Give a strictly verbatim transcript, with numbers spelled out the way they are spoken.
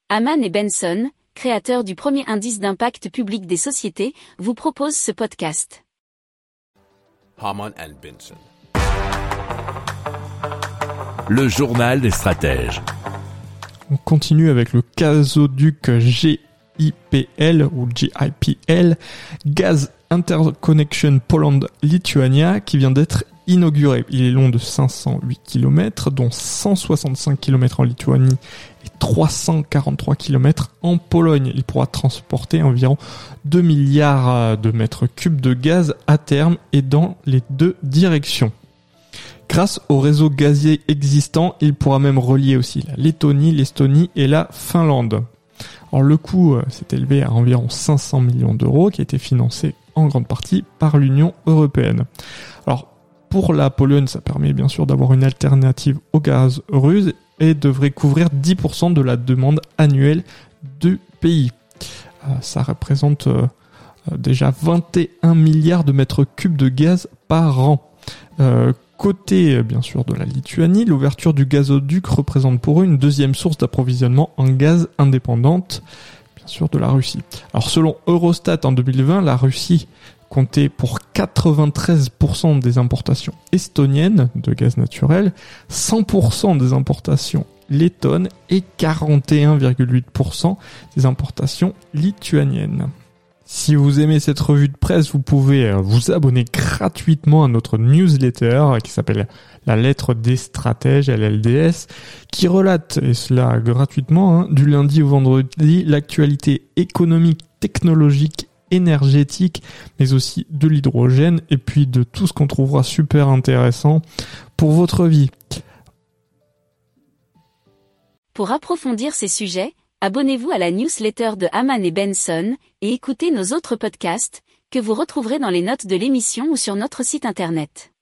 Hamann et Benson, créateurs du premier indice d'impact public des sociétés, vous proposent ce podcast. Hamann and Benson. Le journal des stratèges. On continue avec le gazoduc G I P L ou G I P L, Gas Interconnection Poland-Lituania, qui vient d'être inauguré. Il est long de cinq cent huit kilomètres, dont cent soixante-cinq kilomètres en Lituanie et trois cent quarante-trois kilomètres en Pologne. Il pourra transporter environ deux milliards de mètres cubes de gaz à terme et dans les deux directions. Grâce au réseau gazier existant, il pourra même relier aussi la Lettonie, l'Estonie et la Finlande. Alors le coût s'est élevé à environ cinq cents millions d'euros, qui a été financé en grande partie par l'Union européenne. Alors pour la Pologne, ça permet bien sûr d'avoir une alternative au gaz russe et devrait couvrir dix pour cent de la demande annuelle du pays. Ça représente déjà vingt et un milliards de mètres cubes de gaz par an. Euh, Côté, bien sûr, de la Lituanie, l'ouverture du gazoduc représente pour eux une deuxième source d'approvisionnement en gaz indépendante, bien sûr, de la Russie. Alors, selon Eurostat, en deux mille vingt, la Russie comptait pour quatre-vingt-treize pour cent des importations estoniennes de gaz naturel, cent pour cent des importations lettonnes et quarante et un virgule huit pour cent des importations lituaniennes. Si vous aimez cette revue de presse, vous pouvez vous abonner gratuitement à notre newsletter qui s'appelle La Lettre des Stratèges, L L D S, qui relate, et cela gratuitement, hein, du lundi au vendredi, l'actualité économique, technologique, énergétique, mais aussi de l'hydrogène et puis de tout ce qu'on trouvera super intéressant pour votre vie. Pour approfondir ces sujets, abonnez-vous à la newsletter de Hamann et Benson et écoutez nos autres podcasts que vous retrouverez dans les notes de l'émission ou sur notre site internet.